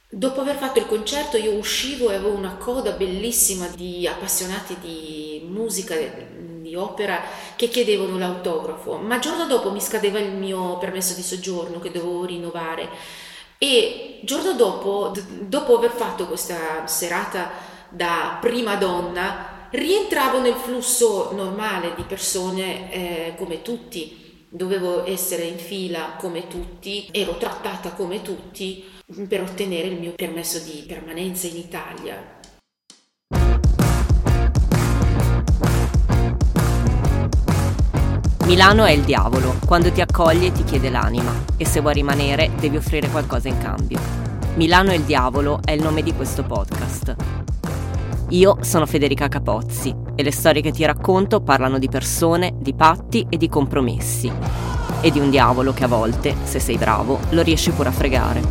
Dopo aver fatto il concerto io uscivo e avevo una coda bellissima di appassionati di musica, di opera, che chiedevano l'autografo, ma il giorno dopo mi scadeva il mio permesso di soggiorno che dovevo rinnovare e il giorno dopo, dopo aver fatto questa serata da prima donna, rientravo nel flusso normale di persone come tutti. Dovevo essere in fila come tutti, ero trattata come tutti per ottenere il mio permesso di permanenza in Italia. Milano è il diavolo, quando ti accoglie ti chiede l'anima e se vuoi rimanere devi offrire qualcosa in cambio. Milano è il diavolo è il nome di questo podcast. Io sono Federica Capozzi e le storie che ti racconto parlano di persone, di patti e di compromessi. E di un diavolo che a volte, se sei bravo, lo riesci pure a fregare.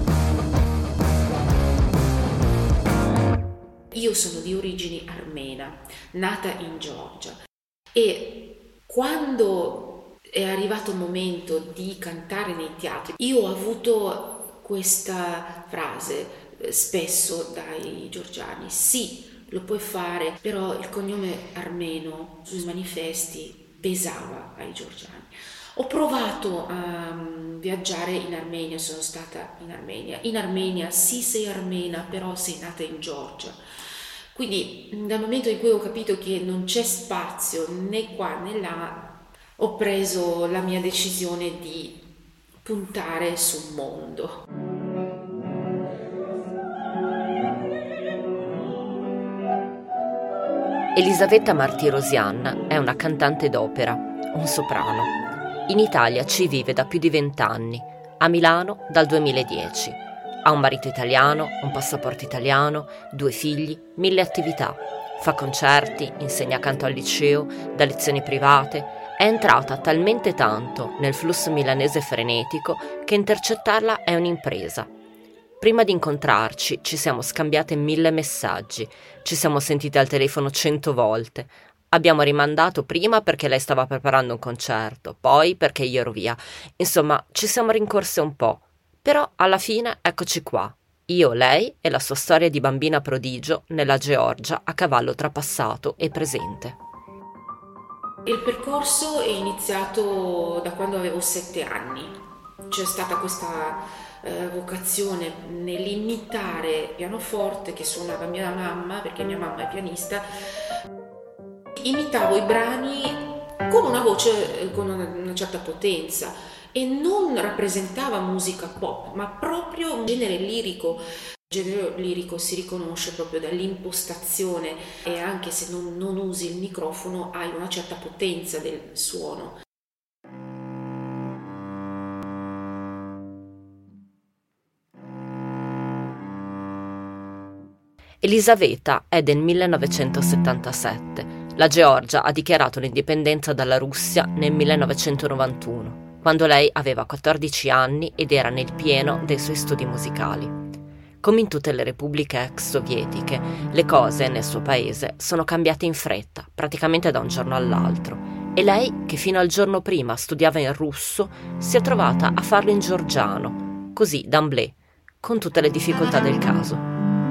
Io sono di origini armena, nata in Georgia e quando è arrivato il momento di cantare nei teatri, io ho avuto questa frase spesso dai georgiani: sì, lo puoi fare, però il cognome armeno sui manifesti pesava ai georgiani. Ho provato a viaggiare in Armenia, sono stata in Armenia. In Armenia sì, sei armena, però sei nata in Georgia. Quindi dal momento in cui ho capito che non c'è spazio né qua né là, ho preso la mia decisione di puntare sul mondo. Elisaveta Martirosian è una cantante d'opera, un soprano. In Italia ci vive da più di 20 anni, a Milano dal 2010. Ha un marito italiano, un passaporto italiano, 2 figli, 1000 attività. Fa concerti, insegna canto al liceo, dà lezioni private. È entrata talmente tanto nel flusso milanese frenetico che intercettarla è un'impresa. Prima di incontrarci ci siamo scambiate 1000 messaggi, ci siamo sentite al telefono 100 volte. Abbiamo rimandato prima perché lei stava preparando un concerto, poi perché io ero via. Insomma, ci siamo rincorse un po'. Però alla fine eccoci qua. Io, lei e la sua storia di bambina prodigio nella Georgia a cavallo tra passato e presente. Il percorso è iniziato da quando avevo 7 anni. C'è stata questa vocazione nell'imitare pianoforte che suonava mia mamma, perché mia mamma è pianista. Imitavo i brani con una voce con una certa potenza e non rappresentava musica pop, ma proprio un genere lirico. Il genere lirico si riconosce proprio dall'impostazione e anche se non usi il microfono hai una certa potenza del suono. Elisaveta è del 1977. La Georgia ha dichiarato l'indipendenza dalla Russia nel 1991, quando lei aveva 14 anni ed era nel pieno dei suoi studi musicali. Come in tutte le repubbliche ex sovietiche, le cose nel suo paese sono cambiate in fretta, praticamente da un giorno all'altro, e lei, che fino al giorno prima studiava in russo, si è trovata a farlo in georgiano, così d'emblée, con tutte le difficoltà del caso.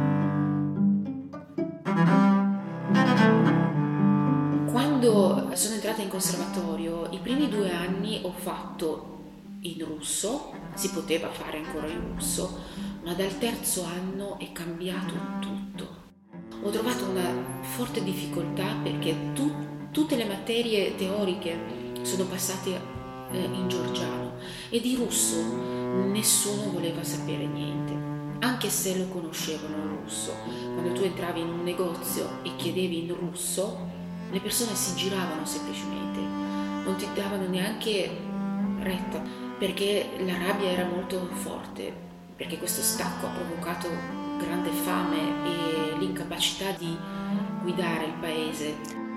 Quando sono entrata in conservatorio, i primi 2 anni ho fatto in russo, si poteva fare ancora in russo, ma dal terzo anno è cambiato tutto. Ho trovato una forte difficoltà perché tutte le materie teoriche sono passate in georgiano e di russo nessuno voleva sapere niente, anche se lo conoscevano il russo. Quando tu entravi in un negozio e chiedevi in russo, le persone si giravano semplicemente, non ti davano neanche retta, perché la rabbia era molto forte, perché questo stacco ha provocato grande fame e l'incapacità di guidare il paese.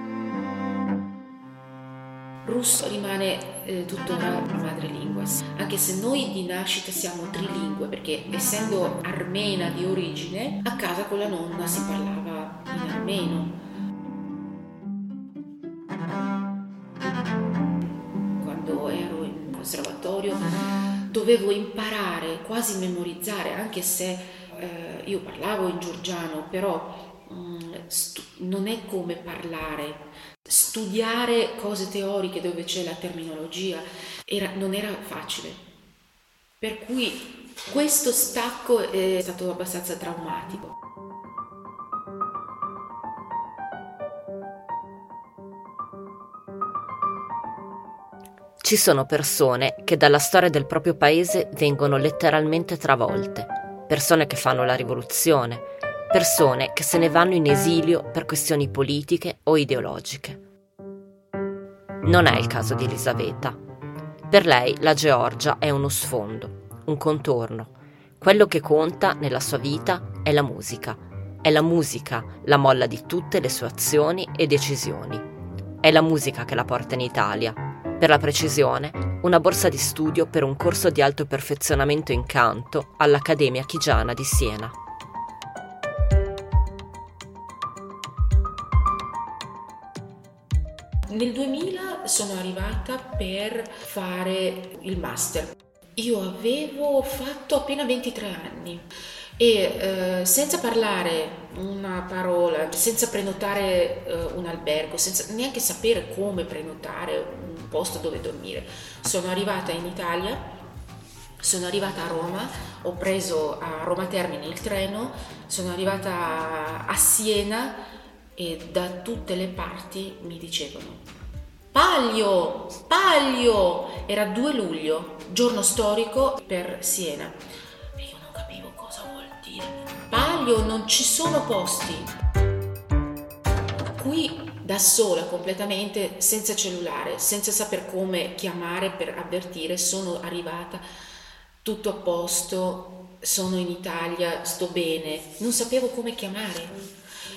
Russo rimane tuttora madrelingua, anche se noi di nascita siamo trilingue, perché essendo armena di origine, a casa con la nonna si parlava in armeno. Quando ero in conservatorio dovevo imparare, quasi memorizzare, anche se io parlavo in georgiano, però non è come parlare, studiare cose teoriche dove c'è la terminologia non era facile, per cui questo stacco è stato abbastanza traumatico. Ci sono persone che dalla storia del proprio paese vengono letteralmente travolte, persone che fanno la rivoluzione, persone che se ne vanno in esilio per questioni politiche o ideologiche. Non è il caso di Elisaveta. Per lei la Georgia è uno sfondo, un contorno. Quello che conta nella sua vita è la musica. È la musica la molla di tutte le sue azioni e decisioni. È la musica che la porta in Italia. Per la precisione, una borsa di studio per un corso di alto perfezionamento in canto all'Accademia Chigiana di Siena. Nel 2000 sono arrivata per fare il master. Io avevo fatto appena 23 anni e senza parlare una parola, senza prenotare un albergo, senza neanche sapere come prenotare un posto dove dormire, sono arrivata in Italia, sono arrivata a Roma, ho preso a Roma Termini il treno, sono arrivata a Siena e da tutte le parti mi dicevano Palio, Palio! Era 2 luglio, giorno storico per Siena. E io non capivo cosa vuol dire. Palio, non ci sono posti. Qui da sola completamente, senza cellulare, senza saper come chiamare per avvertire, sono arrivata, tutto a posto, sono in Italia, sto bene, non sapevo come chiamare.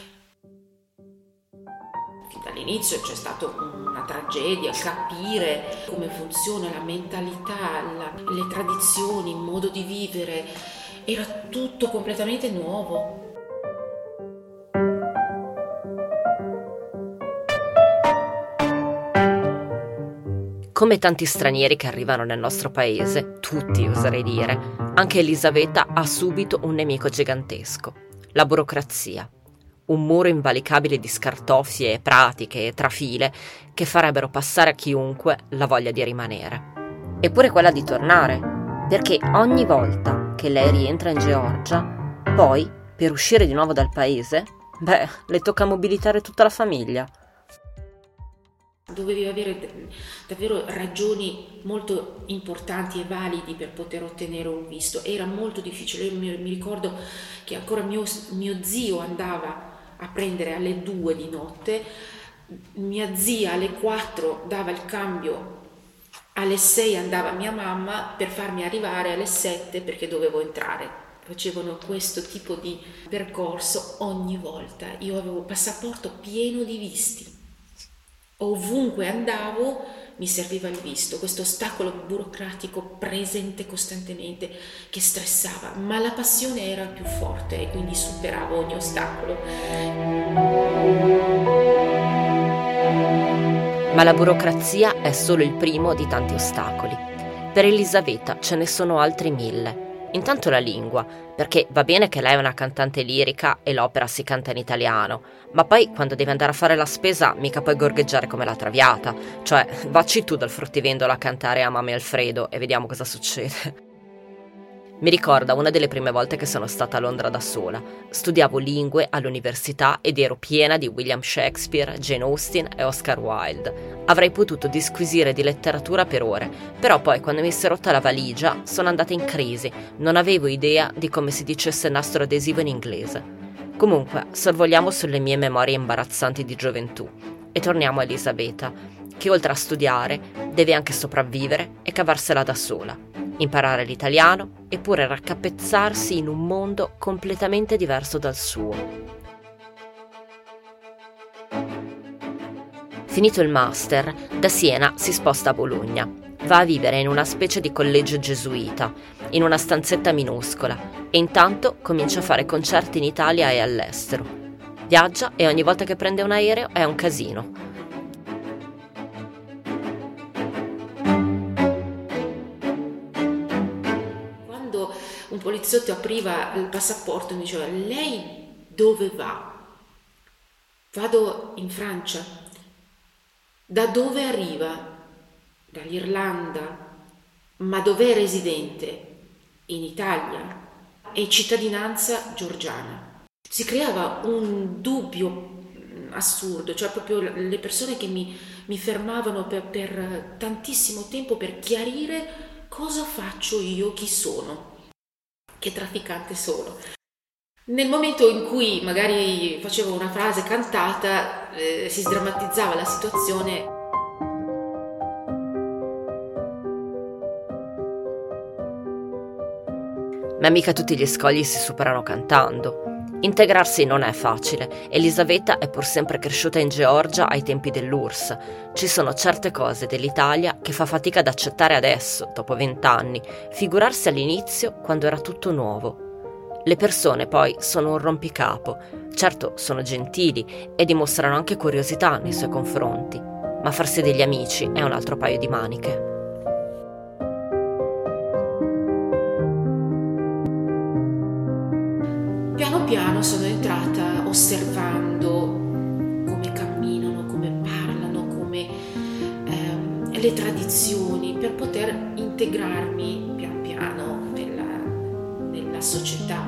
Dall'inizio c'è stata una tragedia, capire come funziona la mentalità, le tradizioni, il modo di vivere, era tutto completamente nuovo. Come tanti stranieri che arrivano nel nostro paese, tutti oserei dire, anche Elisaveta ha subito un nemico gigantesco, la burocrazia. Un muro invalicabile di scartoffie e pratiche e trafile che farebbero passare a chiunque la voglia di rimanere. Eppure quella di tornare, perché ogni volta che lei rientra in Georgia, poi, per uscire di nuovo dal paese, le tocca mobilitare tutta la famiglia. Dovevi avere davvero ragioni molto importanti e validi per poter ottenere un visto. Era molto difficile. Io mi ricordo che ancora mio zio andava a prendere alle 2 di notte, mia zia alle 4 dava il cambio, alle 6 andava mia mamma per farmi arrivare alle 7 perché dovevo entrare. Facevano questo tipo di percorso ogni volta. Io avevo il passaporto pieno di visti. Ovunque andavo mi serviva il visto, questo ostacolo burocratico presente costantemente che stressava, ma la passione era più forte e quindi superavo ogni ostacolo. Ma la burocrazia è solo il primo di tanti ostacoli. Per Elisaveta ce ne sono altri 1000. Intanto la lingua, perché va bene che lei è una cantante lirica e l'opera si canta in italiano, ma poi quando devi andare a fare la spesa mica puoi gorgheggiare come la Traviata, cioè vacci tu dal fruttivendolo a cantare Amami Alfredo e vediamo cosa succede. Mi ricorda una delle prime volte che sono stata a Londra da sola. Studiavo lingue all'università ed ero piena di William Shakespeare, Jane Austen e Oscar Wilde. Avrei potuto disquisire di letteratura per ore, però poi quando mi si è rotta la valigia sono andata in crisi, non avevo idea di come si dicesse nastro adesivo in inglese. Comunque, sorvoliamo sulle mie memorie imbarazzanti di gioventù e torniamo a Elisaveta, che oltre a studiare deve anche sopravvivere e cavarsela da sola, imparare l'italiano eppure raccapezzarsi in un mondo completamente diverso dal suo. Finito il master, da Siena si sposta a Bologna. Va a vivere in una specie di collegio gesuita, in una stanzetta minuscola, e intanto comincia a fare concerti in Italia e all'estero. Viaggia e ogni volta che prende un aereo è un casino. poliziotto apriva il passaporto e mi diceva: lei dove va? Vado in Francia. Da dove arriva? Dall'Irlanda. Ma dov'è residente? In Italia. E cittadinanza georgiana. Si creava un dubbio assurdo, cioè proprio le persone che mi fermavano per tantissimo tempo per chiarire cosa faccio io, chi sono, che trafficante sono. Nel momento in cui magari facevo una frase cantata, si sdrammatizzava la situazione. Ma mica tutti gli scogli si superano cantando. Integrarsi non è facile. Elisaveta è pur sempre cresciuta in Georgia ai tempi dell'URSS. Ci sono certe cose dell'Italia che fa fatica ad accettare adesso, dopo 20 anni, figurarsi all'inizio quando era tutto nuovo. Le persone poi sono un rompicapo. Certo, sono gentili e dimostrano anche curiosità nei suoi confronti, ma farsi degli amici è un altro paio di maniche. Piano piano sono entrata osservando come camminano, come parlano, come le tradizioni, per poter integrarmi pian piano nella società.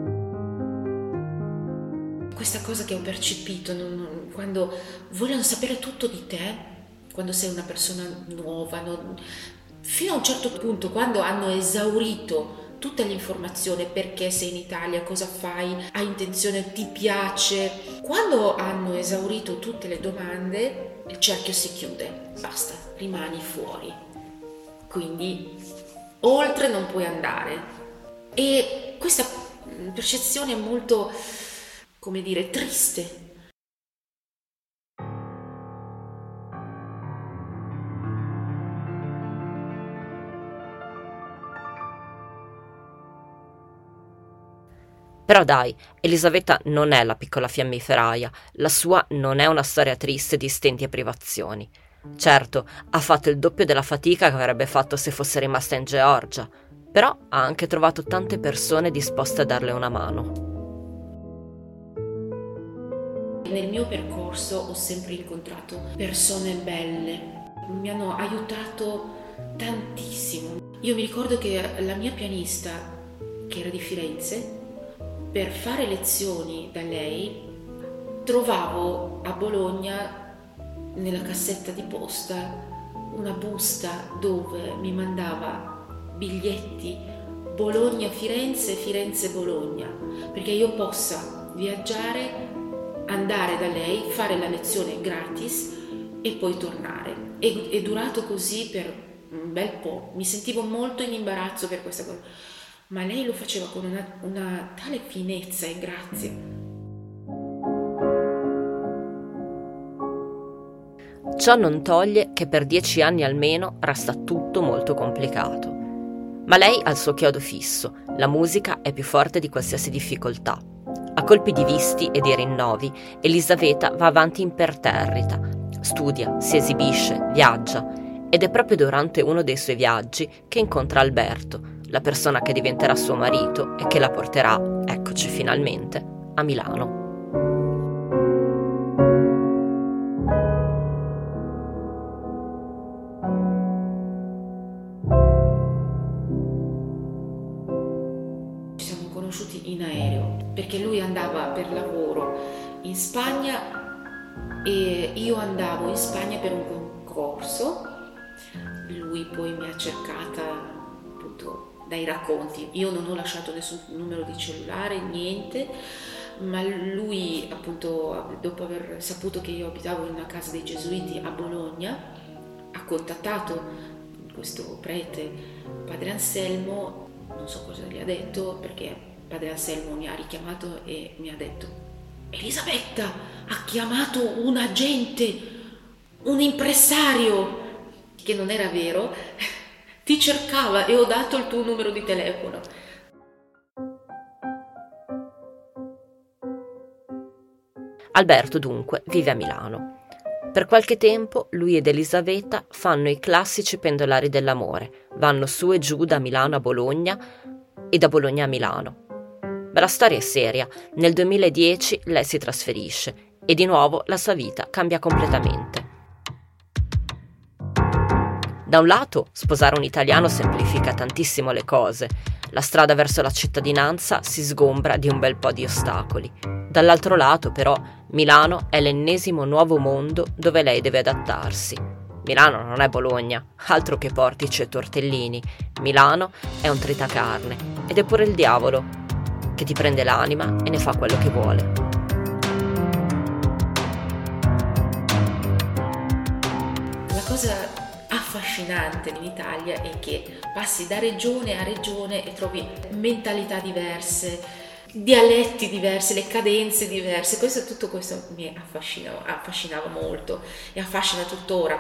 Questa cosa che ho percepito quando vogliono sapere tutto di te, quando sei una persona nuova, fino a un certo punto, quando hanno esaurito tutte le informazioni, perché sei in Italia, cosa fai, hai intenzione, ti piace. Quando hanno esaurito tutte le domande, il cerchio si chiude, basta, rimani fuori. Quindi oltre non puoi andare. E questa percezione è molto, come dire, triste. Però dai, Elisaveta non è la piccola fiammiferaia, la sua non è una storia triste di stenti e privazioni. Certo, ha fatto il doppio della fatica che avrebbe fatto se fosse rimasta in Georgia, però ha anche trovato tante persone disposte a darle una mano. Nel mio percorso ho sempre incontrato persone belle, mi hanno aiutato tantissimo. Io mi ricordo che la mia pianista, che era di Firenze, per fare lezioni da lei trovavo a Bologna, nella cassetta di posta, una busta dove mi mandava biglietti Bologna-Firenze, Firenze-Bologna, perché io possa viaggiare, andare da lei, fare la lezione gratis e poi tornare. È durato così per un bel po', mi sentivo molto in imbarazzo per questa cosa, ma lei lo faceva con una tale finezza e grazia. Ciò non toglie che per 10 anni almeno resta tutto molto complicato. Ma lei ha il suo chiodo fisso, la musica è più forte di qualsiasi difficoltà. A colpi di visti e di rinnovi, Elisaveta va avanti imperterrita, studia, si esibisce, viaggia, ed è proprio durante uno dei suoi viaggi che incontra Alberto, la persona che diventerà suo marito e che la porterà, eccoci finalmente, a Milano. Ci siamo conosciuti in aereo, perché lui andava per lavoro in Spagna e io andavo in Spagna per un concorso. Lui poi mi ha cercata appunto dai racconti. Io non ho lasciato nessun numero di cellulare, niente, ma lui appunto, dopo aver saputo che io abitavo in una casa dei Gesuiti a Bologna, ha contattato questo prete, padre Anselmo. Non so cosa gli ha detto, perché padre Anselmo mi ha richiamato e mi ha detto: Elisabetta ha chiamato un agente, un impresario, che non era vero, ti cercava e ho dato il tuo numero di telefono. Alberto dunque vive a Milano. Per qualche tempo lui ed Elisaveta fanno i classici pendolari dell'amore, vanno su e giù da Milano a Bologna, e da Bologna a Milano. Ma la storia è seria. Nel 2010 lei si trasferisce e di nuovo la sua vita cambia completamente. Da un lato, sposare un italiano semplifica tantissimo le cose. La strada verso la cittadinanza si sgombra di un bel po' di ostacoli. Dall'altro lato, però, Milano è l'ennesimo nuovo mondo dove lei deve adattarsi. Milano non è Bologna, altro che portici e tortellini. Milano è un tritacarne ed è pure il diavolo, che ti prende l'anima e ne fa quello che vuole. La cosa affascinante in Italia è che passi da regione a regione e trovi mentalità diverse, dialetti diversi, le cadenze diverse. Tutto questo mi affascinava molto e affascina tuttora.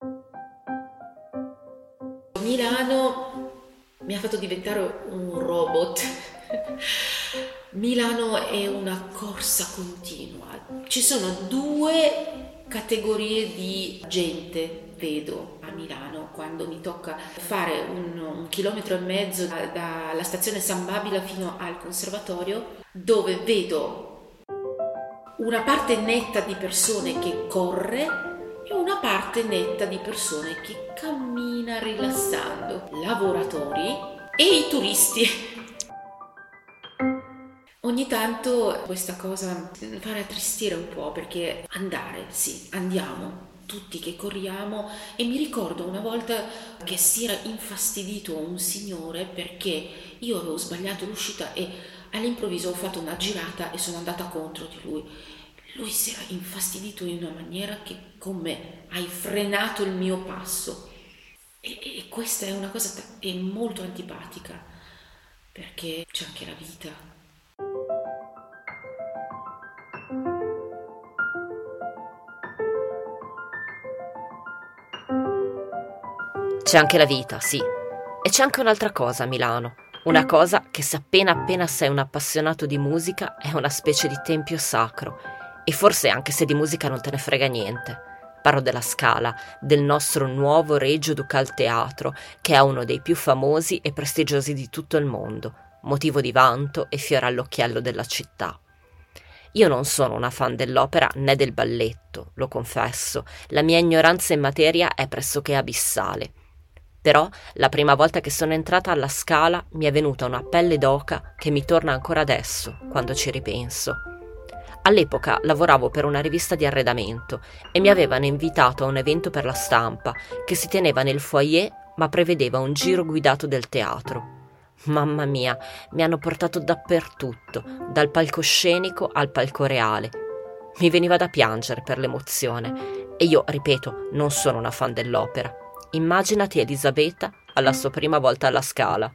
Milano mi ha fatto diventare un robot. Milano è una corsa continua. Ci sono due categorie di gente, vedo a Milano, quando mi tocca fare un chilometro e mezzo dalla stazione San Babila fino al conservatorio, dove vedo una parte netta di persone che corre e una parte netta di persone che cammina rilassando, lavoratori e i turisti. Ogni tanto questa cosa fa rattristire un po', perché andare, sì, andiamo, tutti che corriamo, e mi ricordo una volta che si era infastidito un signore perché io avevo sbagliato l'uscita e all'improvviso ho fatto una girata e sono andata contro di lui. Lui si era infastidito in una maniera che, con me, hai frenato il mio passo. E questa è una cosa è molto antipatica, perché c'è anche la vita. C'è anche la vita, sì. E c'è anche un'altra cosa a Milano. Una cosa che, se appena sei un appassionato di musica, è una specie di tempio sacro. E forse anche se di musica non te ne frega niente. Parlo della Scala, del nostro nuovo Regio Ducal Teatro, che è uno dei più famosi e prestigiosi di tutto il mondo, motivo di vanto e fiore all'occhiello della città. Io non sono una fan dell'opera né del balletto, lo confesso. La mia ignoranza in materia è pressoché abissale. Però la prima volta che sono entrata alla Scala mi è venuta una pelle d'oca che mi torna ancora adesso, quando ci ripenso. All'epoca lavoravo per una rivista di arredamento e mi avevano invitato a un evento per la stampa che si teneva nel foyer, ma prevedeva un giro guidato del teatro. Mamma mia, mi hanno portato dappertutto, dal palcoscenico al palco reale. Mi veniva da piangere per l'emozione e io, ripeto, non sono una fan dell'opera. Immaginati Elisabetta alla sua prima volta alla Scala.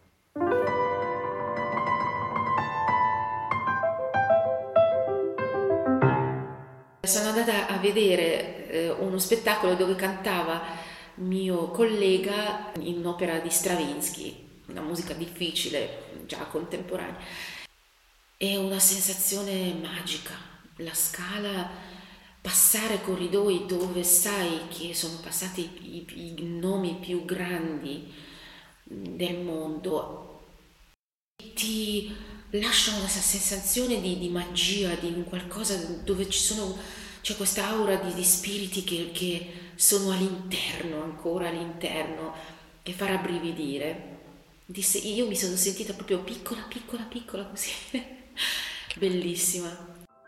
Sono andata a vedere uno spettacolo dove cantava mio collega in un'opera di Stravinsky, una musica difficile, già contemporanea. È una sensazione magica. La Scala, passare corridoi dove sai che sono passati i nomi più grandi del mondo, ti lasciano una sensazione di magia, di un qualcosa dove c'è questa aura di spiriti che sono all'interno, ancora all'interno, che fa rabbrividire. Io mi sono sentita proprio piccola così, bellissima.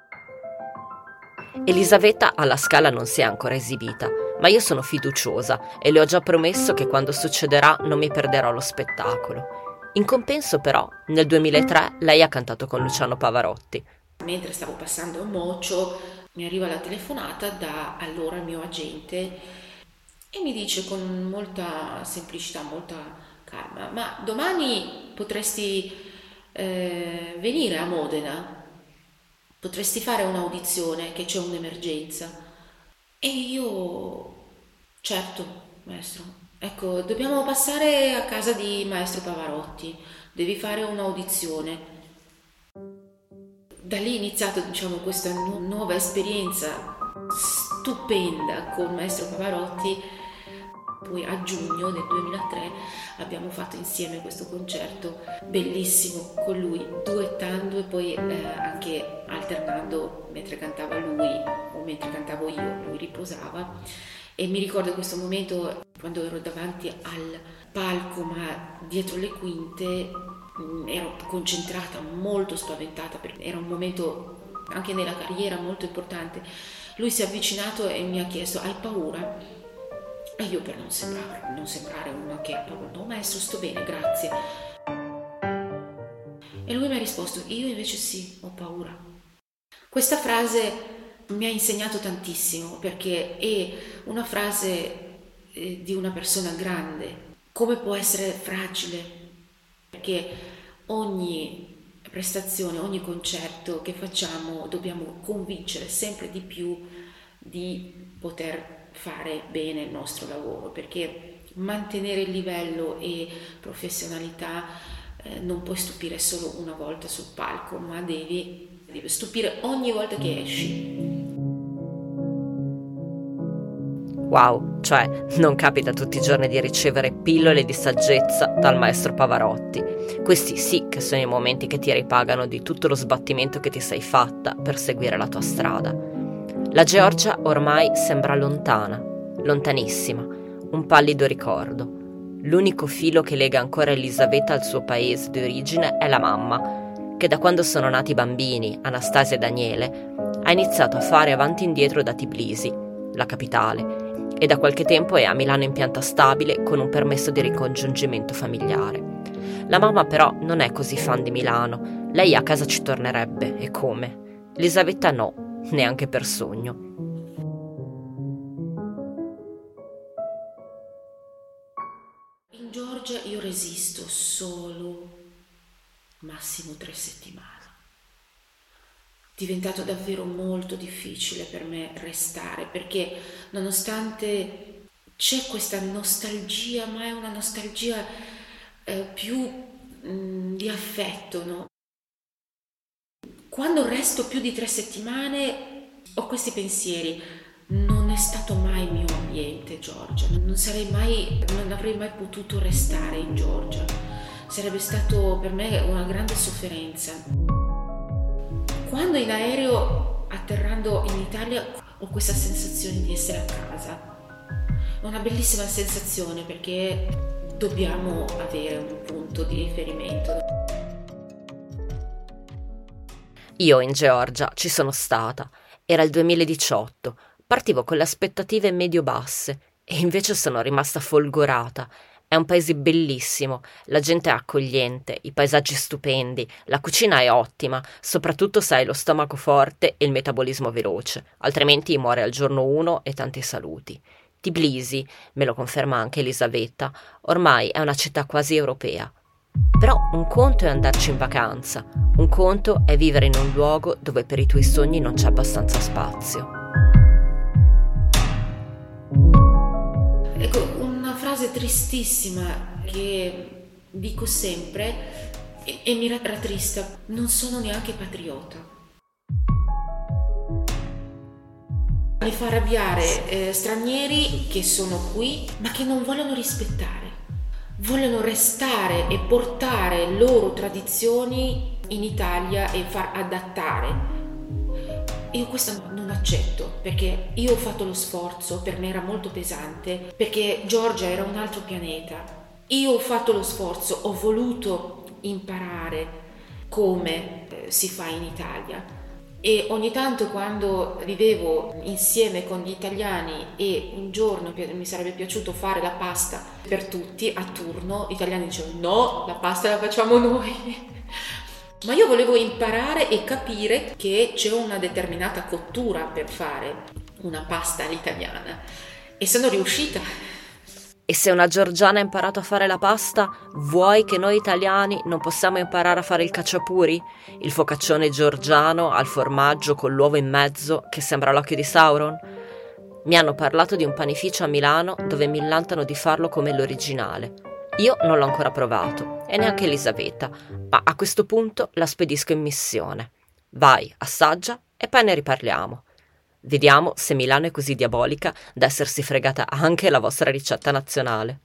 Elisabetta alla Scala non si è ancora esibita, ma io sono fiduciosa e le ho già promesso che quando succederà non mi perderò lo spettacolo. In compenso, però, nel 2003 lei ha cantato con Luciano Pavarotti. Mentre stavo passando a Mocio, mi arriva la telefonata da allora il mio agente e mi dice con molta semplicità, molta calma: ma domani potresti venire a Modena? Potresti fare un'audizione, che c'è un'emergenza. E io, certo, maestro, ecco, dobbiamo passare a casa di maestro Pavarotti, devi fare un'audizione. Da lì è iniziata, diciamo, questa nuova esperienza stupenda con maestro Pavarotti, Poi a giugno del 2003 abbiamo fatto insieme questo concerto bellissimo con lui, duettando e poi anche alternando mentre cantava lui o mentre cantavo io, lui riposava. E mi ricordo questo momento quando ero davanti al palco, ma dietro le quinte ero concentrata, molto spaventata, perché era un momento anche nella carriera molto importante. Lui si è avvicinato e mi ha chiesto: hai paura? E io, per non sembrare una che ha paura, no maestro, sto bene, grazie. E lui mi ha risposto: io invece sì, ho paura. Questa frase mi ha insegnato tantissimo, perché è una frase di una persona grande. Come può essere fragile? Perché ogni prestazione, ogni concerto che facciamo dobbiamo convincere sempre di più di poter fare bene il nostro lavoro, perché mantenere il livello e professionalità non puoi stupire solo una volta sul palco, ma devi stupire ogni volta che esci. Wow, cioè non capita tutti i giorni di ricevere pillole di saggezza dal maestro Pavarotti. Questi sì che sono i momenti che ti ripagano di tutto lo sbattimento che ti sei fatta per seguire la tua strada. La Georgia ormai sembra lontana, lontanissima, un pallido ricordo. L'unico filo che lega ancora Elisabetta al suo paese di origine è la mamma, che da quando sono nati i bambini, Anastasia e Daniele, ha iniziato a fare avanti e indietro da Tbilisi, la capitale, e da qualche tempo è a Milano in pianta stabile con un permesso di ricongiungimento familiare. La mamma però non è così fan di Milano, lei a casa ci tornerebbe, e come? Elisabetta no, neanche per sogno. In Georgia io resisto solo massimo 3 settimane. È diventato davvero molto difficile per me restare, perché nonostante c'è questa nostalgia, ma è una nostalgia più di affetto, no? Quando resto più di 3 settimane ho questi pensieri: non è stato mai il mio ambiente Georgia, non avrei mai potuto restare in Georgia, sarebbe stato per me una grande sofferenza. Quando in aereo, atterrando in Italia, ho questa sensazione di essere a casa. È una bellissima sensazione, perché dobbiamo avere un punto di riferimento. Io in Georgia ci sono stata, era il 2018, partivo con le aspettative medio-basse e invece sono rimasta folgorata. È un paese bellissimo, la gente è accogliente, i paesaggi stupendi, la cucina è ottima, soprattutto se hai lo stomaco forte e il metabolismo veloce, altrimenti muore al giorno 1 e tanti saluti. Tbilisi, me lo conferma anche Elisabetta, ormai è una città quasi europea. Però un conto è andarci in vacanza, un conto è vivere in un luogo dove per i tuoi sogni non c'è abbastanza spazio. Ecco, una frase tristissima che dico sempre e mi rattrista: non sono neanche patriota. Mi fa arrabbiare stranieri che sono qui ma che non vogliono rispettare. Vogliono restare e portare le loro tradizioni in Italia e far adattare. Io questo non accetto, perché io ho fatto lo sforzo, per me era molto pesante, perché Georgia era un altro pianeta. Io ho fatto lo sforzo, ho voluto imparare come si fa in Italia. E ogni tanto, quando vivevo insieme con gli italiani e un giorno mi sarebbe piaciuto fare la pasta per tutti a turno, gli italiani dicevano: no, la pasta la facciamo noi. Ma io volevo imparare e capire che c'è una determinata cottura per fare una pasta all'italiana, e sono riuscita. E se una georgiana ha imparato a fare la pasta, vuoi che noi italiani non possiamo imparare a fare il cacciapuri? Il focaccione georgiano al formaggio con l'uovo in mezzo che sembra l'occhio di Sauron? Mi hanno parlato di un panificio a Milano dove mi millantano di farlo come l'originale. Io non l'ho ancora provato, e neanche Elisabetta, ma a questo punto la spedisco in missione. Vai, assaggia e poi ne riparliamo. Vediamo se Milano è così diabolica da essersi fregata anche la vostra ricetta nazionale.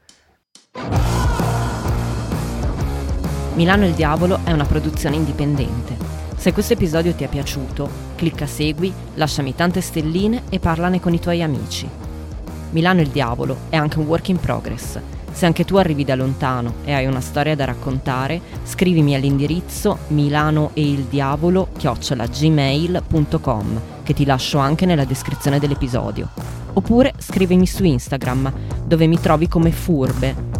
Milano il Diavolo è una produzione indipendente. Se questo episodio ti è piaciuto, clicca segui, lasciami tante stelline e parlane con i tuoi amici. Milano il Diavolo è anche un work in progress. Se anche tu arrivi da lontano e hai una storia da raccontare, scrivimi all'indirizzo milanoeildiavolo@gmail.com, che ti lascio anche nella descrizione dell'episodio. Oppure scrivimi su Instagram, dove mi trovi come Furbe,